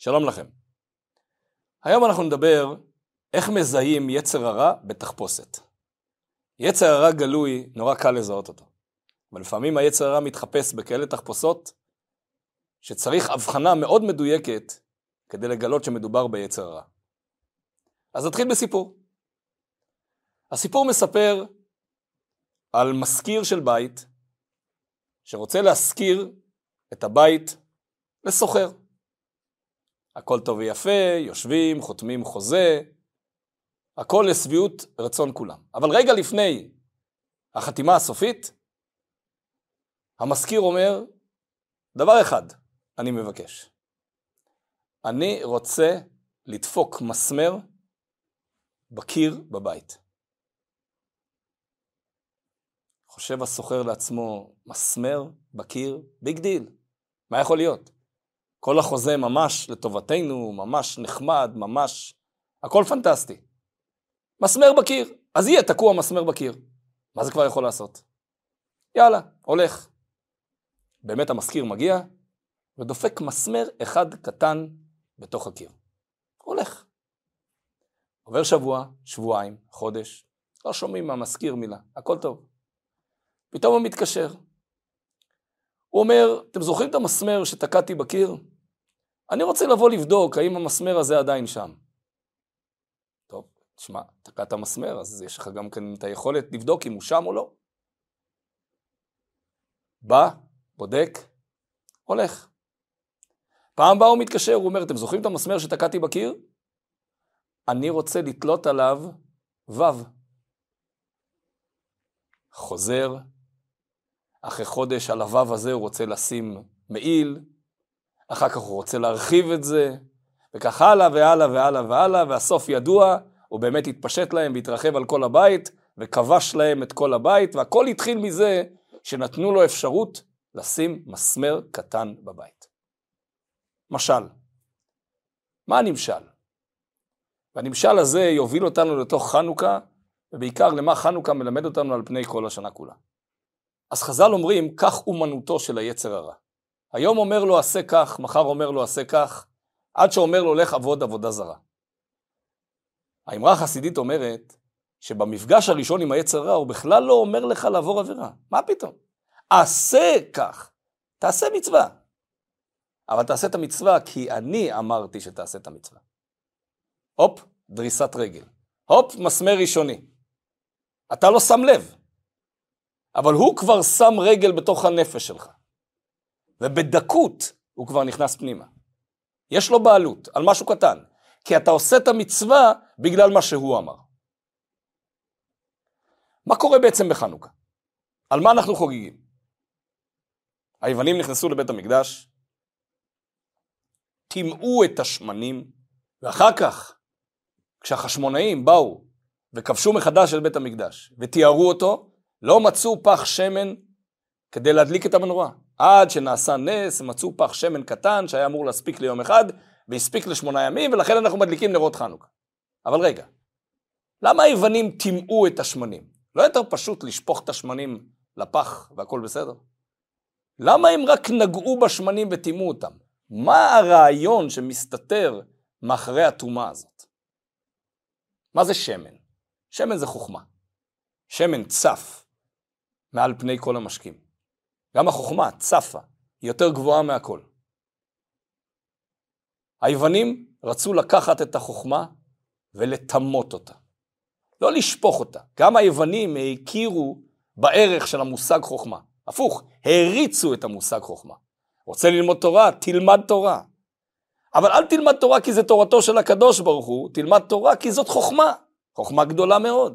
שלום לכם. היום אנחנו נדבר איך מזהים יצר הרע בתחפושת. יצר הרע גלוי, נורא קל לזהות אותו. אבל לפעמים היצר הרע מתחפש בכאלה תחפושות שצריך הבחנה מאוד מדויקת כדי לגלות שמדובר ביצר הרע. אז נתחיל בסיפור. הסיפור מספר על מזכיר של בית שרוצה להשכיר את הבית לסוחר. הכל טוב ויפה, יושבים, חותמים חוזה, הכל לשביעות רצון כולם. אבל רגע לפני החתימה הסופית, המזכיר אומר, דבר אחד אני מבקש. אני רוצה לדפוק מסמר בקיר בבית. חושב הסוחר לעצמו, מסמר בקיר, ביג דיל. מה יכול להיות? כל החוזה ממש לטובתנו, ממש נחמד, ממש, הכל פנטסטי. מסמר בקיר, אז יהיה תקוע מסמר בקיר. מה זה כבר יכול לעשות? יאללה, הולך. באמת המזכיר מגיע ודופק מסמר אחד קטן בתוך הקיר. הולך. עובר שבוע, שבועיים, חודש, לא שומעים מהמזכיר מילה, הכל טוב. פתאום הוא מתקשר. הוא אומר, אתם זוכרים את המסמר שתקעתי בקיר? אני רוצה לבוא לבדוק האם המסמר הזה עדיין שם. טוב, תשמע, תקעת המסמר, אז יש לך גם כאן את היכולת לבדוק אם הוא שם או לא. בא, בודק, הולך. פעם בא הוא מתקשר, הוא אומר, אתם זוכרים את המסמר שתקעתי בקיר? אני רוצה לתלות עליו וו. חוזר, אחרי חודש על הוו הזה הוא רוצה לשים מעיל, אחר כך הוא רוצה להרחיב את זה, וכך הלאה והלאה והלאה והלאה, והסוף ידוע, הוא באמת התפשט להם והתרחב על כל הבית, וכבש להם את כל הבית, והכל התחיל מזה שנתנו לו אפשרות לשים מסמר קטן בבית. משל. מה הנמשל? והנמשל הזה יוביל אותנו לתוך חנוכה, ובעיקר למה חנוכה מלמד אותנו על פני כל השנה כולה. אז חז"ל אומרים, כך אומנותו של היצר הרע. היום אומר לו עשה כך, מחר אומר לו עשה כך, עד שאומר לו לך עבוד עבודה זרה. האמרה החסידית אומרת, שבמפגש הראשון עם היצר הרע, הוא בכלל לא אומר לך לעבור עבירה. מה פתאום? עשה כך, תעשה מצווה. אבל תעשה את המצווה כי אני אמרתי שתעשה את המצווה. הופ, דריסת רגל. הופ, מסמר ראשוני. אתה לא שם לב. אבל הוא כבר שם רגל בתוך הנפש שלך. ובדקות הוא כבר נכנס פנימה. יש לו בעלות על משהו קטן. כי אתה עושה את המצווה בגלל מה שהוא אמר. מה קורה בעצם בחנוכה? על מה אנחנו חוגגים? היוונים נכנסו לבית המקדש, טימאו את השמנים, ואחר כך, כשהחשמונאים באו וכבשו מחדש את בית המקדש, ותיארו אותו, לא מצאו פח שמן כדי להדליק את המנורה. עד שנעשה נס, מצאו פח שמן קטן שהיה אמור להספיק ליום אחד, והספיק ל8 ימים, ולכן אנחנו מדליקים נרות חנוכה. אבל רגע, למה היוונים טימאו את השמנים? לא יותר פשוט לשפוך את השמנים לפח והכל בסדר? למה הם רק נגעו בשמנים וטימאו אותם? מה הרעיון שמסתתר מאחורי הטומאה הזאת? מה זה שמן? שמן זה חוכמה. שמן צף מעל פני כל המשקים. גם החוכמה צפה, היא יותר גבוהה מהכל. היוונים רצו לקחת את החוכמה ולתמות אותה. לא לשפוך אותה. גם היוונים הכירו בערך של המושג חוכמה. הפוך, הריצו את המושג חוכמה. רוצה ללמוד תורה? תלמד תורה. אבל אל תלמד תורה כי זה תורתו של הקדוש ברוך הוא, תלמד תורה כי זאת חוכמה. חוכמה גדולה מאוד.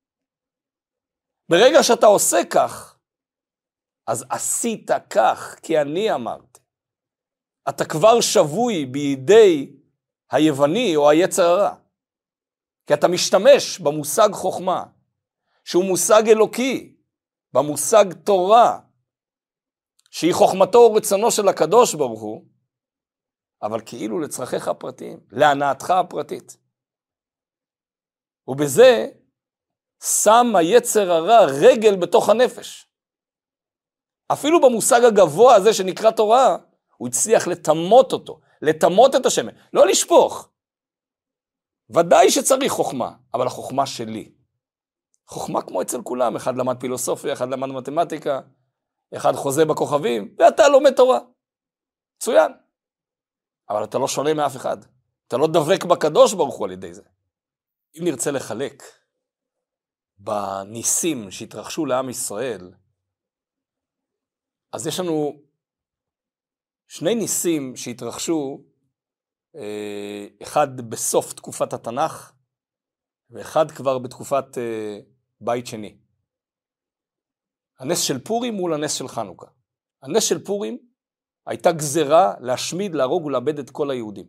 ברגע שאתה עושה כך, אז עשית כך, כי אני אמרתי. אתה כבר שבוי בידי היווני או היצר הרע. כי אתה משתמש במושג חוכמה, שהוא מושג אלוקי, במושג תורה, שהיא חוכמתו ורצונו של הקדוש ברוך הוא, אבל כאילו לצרכיך הפרטיים, להנאתך הפרטית. ובזה שם היצר הרע רגל בתוך הנפש. אפילו במושג הגבוה הזה שנקרא תורה, הוא הצליח לתמות אותו, לטמות את השמן, לא לשפוך. ודאי שצריך חוכמה, אבל החוכמה שלי. חוכמה כמו אצל כולם, אחד למד פילוסופיה, אחד למד מתמטיקה, אחד חוזה בכוכבים, ואתה לומד תורה. מצוין. אבל אתה לא שונה מאף אחד. אתה לא דבק בקדוש ברוך הוא על ידי זה. אם נרצה לחלק בניסים שהתרחשו לעם ישראל, אז יש לנו שני ניסים שהתרחשו, אחד בסוף תקופת התנ"ך, ואחד כבר בתקופת בית שני. הנס של פורים מול הנס של חנוכה. הנס של פורים הייתה גזרה להשמיד, להרוג ולאבד את כל היהודים.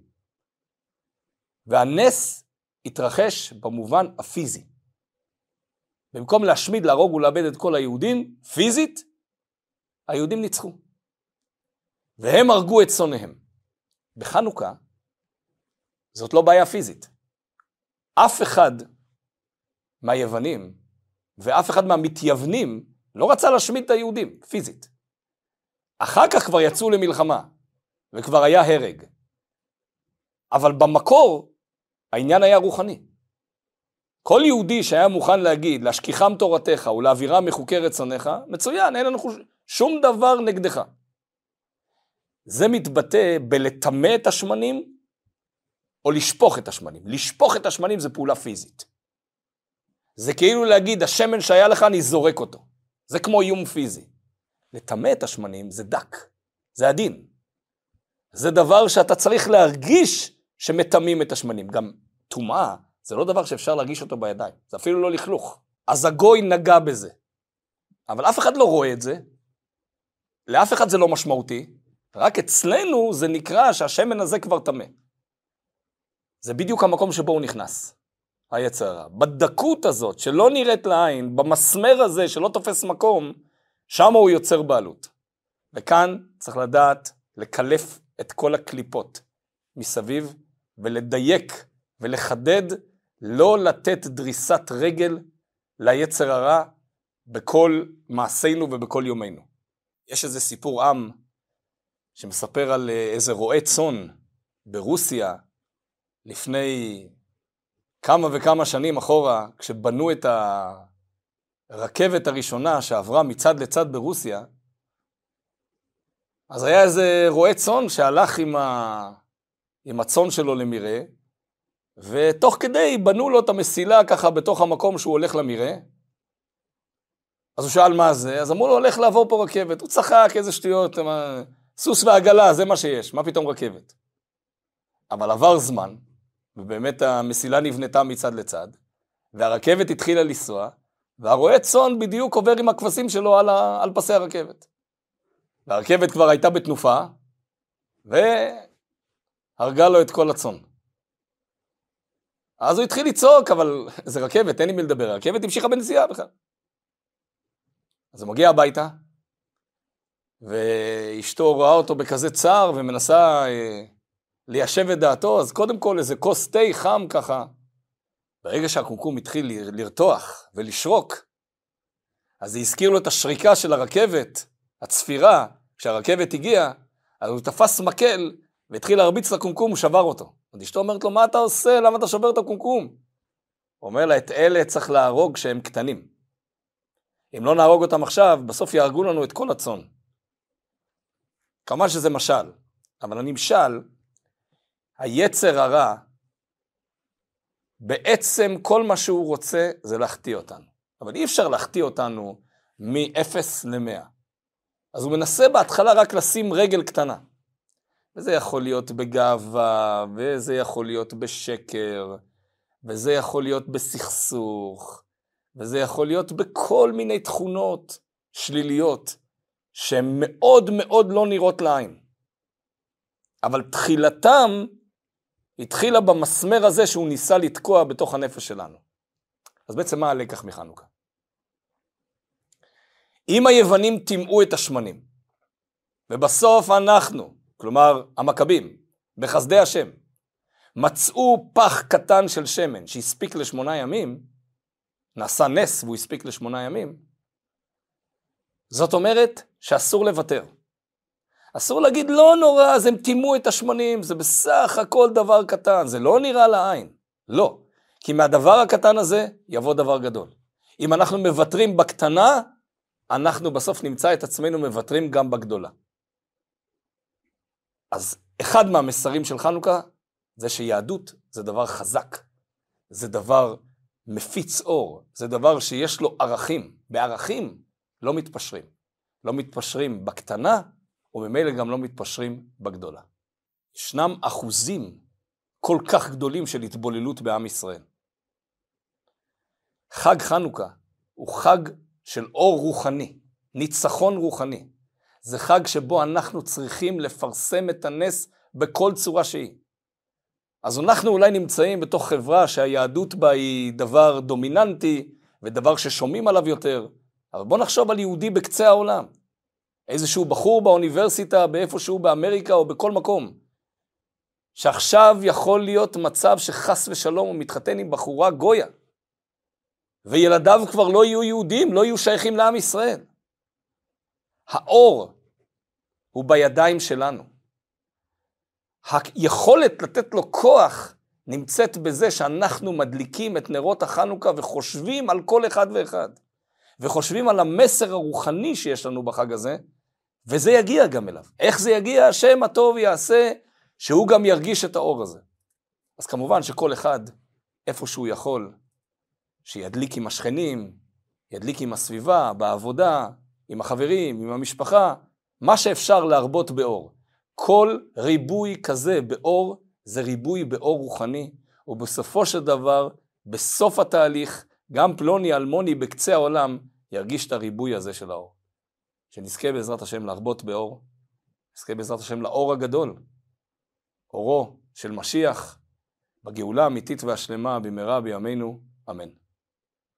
והנס התרחש במובן הפיזי. במקום להשמיד, להרוג ולאבד את כל היהודים, פיזית, היהודים ניצחו. והם הרגו את שונאיהם. בחנוכה, זאת לא בעיה פיזית. אף אחד מהיוונים, ואף אחד מהמתייוונים, לא רצה להשמיד את היהודים, פיזית. אחר כך כבר יצאו למלחמה, וכבר היה הרג. אבל במקור, העניין היה רוחני. כל יהודי שהיה מוכן להגיד, להשכיחם תורתך ולהעבירם מחוקי רצונך, מצוין, אין לנו שום דבר נגדך. זה מתבטא בלטמא את השמנים, או לשפוך את השמנים. לשפוך את השמנים זה פעולה פיזית. זה כאילו להגיד, השמן שהיה לך, אני זורק אותו. זה כמו איום פיזי. לטמא את השמנים זה דק, זה עדין. זה דבר שאתה צריך להרגיש שמטמאים את השמנים. גם טומאה, זה לא דבר שאפשר להרגיש אותו בידיים. זה אפילו לא לכלוך. אז הגוי נגע בזה. אבל אף אחד לא רואה את זה. לאף אחד זה לא משמעותי. רק אצלנו זה נקרא שהשמן הזה כבר טמא. זה בדיוק המקום שבו הוא נכנס. היצר הרע. בדקות הזאת שלא נראית לעין, במסמר הזה שלא תופס מקום, שם הוא יוצר בעלות. וכאן צריך לדעת לקלף את כל הקליפות מסביב, ולדייק ולחדד, לא לתת דריסת רגל ליצר הרע בכל מעשינו ובכל יומנו. יש איזה סיפור עם שמספר על איזה רועה צאן ברוסיה, לפני כמה וכמה שנים אחורה, כשבנו את הרכבת הראשונה שעברה מצד לצד ברוסיה, אז היה איזה רועה צאן שהלך עם הצאן שלו למרעה, ותוך כדי בנו לו את המסילה ככה בתוך המקום שהוא הולך למרעה. אז הוא שאל מה זה, אז אמרו לו הולך לעבור פה רכבת, הוא צחק איזה שטויות, סוס ועגלה, זה מה שיש, מה פתאום רכבת. אבל עבר זמן, ובאמת המסילה נבנתה מצד לצד, והרכבת התחילה לנסוע, והרועה צאן בדיוק עובר עם הכבשים שלו על פסי הרכבת. והרכבת כבר הייתה בתנופה, והרגה לו את כל הצאן. אז הוא התחיל לצעוק, אבל זה רכבת, אין לי מי לדבר, הרכבת המשיכה בנסיעה בכלל. אז הוא מגיע הביתה, ואשתו רואה אותו בכזה צער, ומנסה ליישב את דעתו, אז קודם כל איזה כוס תה חם ככה, ברגע שהקומקום התחיל לרתוח ולשרוק, אז זה הזכיר לו את השריקה של הרכבת, הצפירה, כשהרכבת הגיעה, אז הוא תפס מקל, והתחיל להרביץ לקומקום, הוא שבר אותו. אז אשתו אומרת לו, מה אתה עושה? למה אתה שובר את הקומקום? הוא אומר לה, את אלה צריך להרוג כשהם קטנים. אם לא נהרוג אותם עכשיו, בסוף יהרגו לנו את כל הצאן. כמובן שזה משל, אבל הנמשל, היצר הרע, בעצם כל מה שהוא רוצה זה להחטיא אותנו. אבל אי אפשר להחטיא אותנו מ-0 ל-100. אז הוא מנסה בהתחלה רק לשים רגל קטנה. וזה יכול להיות בגאווה, וזה יכול להיות בשקר, וזה יכול להיות בסכסוך, וזה יכול להיות בכל מיני תכונות שליליות, שהן מאוד מאוד לא נראות לעין. אבל תחילתם התחילה במסמר הזה שהוא ניסה לתקוע בתוך הנפש שלנו. אז בעצם מה הלקח מחנוכה? אם היוונים טימאו את השמנים, ובסוף אנחנו, כלומר המכבים, בחסדי השם, מצאו פח קטן של שמן שהספיק ל8 ימים, נעשה נס והוא הספיק ל8 ימים, זאת אומרת שאסור לוותר. אסור להגיד לא נורא, אז הם תימו את ה-80, זה בסך הכל דבר קטן, זה לא נראה לעין. לא, כי מהדבר הקטן הזה יבוא דבר גדול. אם אנחנו מבטרים בקטנה, אנחנו בסוף נמצא את עצמנו מבטרים גם בגדולה. אז אחד מהמסרים של חנוכה זה שיהדות זה דבר חזק, זה דבר מפיץ אור, זה דבר שיש לו ערכים, בערכים לא מתפשרים. לא מתפשרים בקטנה, וממילא גם לא מתפשרים בגדולה. ישנם אחוזים כל כך גדולים של התבוללות בעם ישראל. חג חנוכה הוא חג של אור רוחני, ניצחון רוחני. זה חג שבו אנחנו צריכים לפרסם את הנס בכל צורה שהיא. אז אנחנו אולי נמצאים בתוך חברה שהיהדות בה היא דבר דומיננטי, ודבר ששומעים עליו יותר. אבל בוא נחשוב על יהודי בקצה העולם. איזשהו בחור באוניברסיטה, באיפשהו באמריקה או בכל מקום. שעכשיו יכול להיות מצב שחס ושלום הוא מתחתן עם בחורה גויה. וילדיו כבר לא יהיו יהודים, לא יהיו שייכים לעם ישראל. האור הוא בידיים שלנו. היכולת לתת לו כוח נמצאת בזה שאנחנו מדליקים את נרות החנוכה וחושבים על כל אחד ואחד. וחושבים על המסר הרוחני שיש לנו בחג הזה, וזה יגיע גם אליו. איך זה יגיע? השם הטוב יעשה שהוא גם ירגיש את האור הזה. אז כמובן שכל אחד, איפה שהוא יכול, שידליק עם השכנים, ידליק עם הסביבה, בעבודה, עם החברים, עם המשפחה, מה שאפשר להרבות באור. כל ריבוי כזה באור, זה ריבוי באור רוחני, ובסופו של דבר, בסוף התהליך, גם פלוני אלמוני בקצה העולם, ירגיש את הריבוי הזה של האור. שנזכה בעזרת השם להרבות באור, נזכה בעזרת השם לאור הגדול, אורו של משיח, בגאולה האמיתית והשלמה במהרה בימינו, אמן.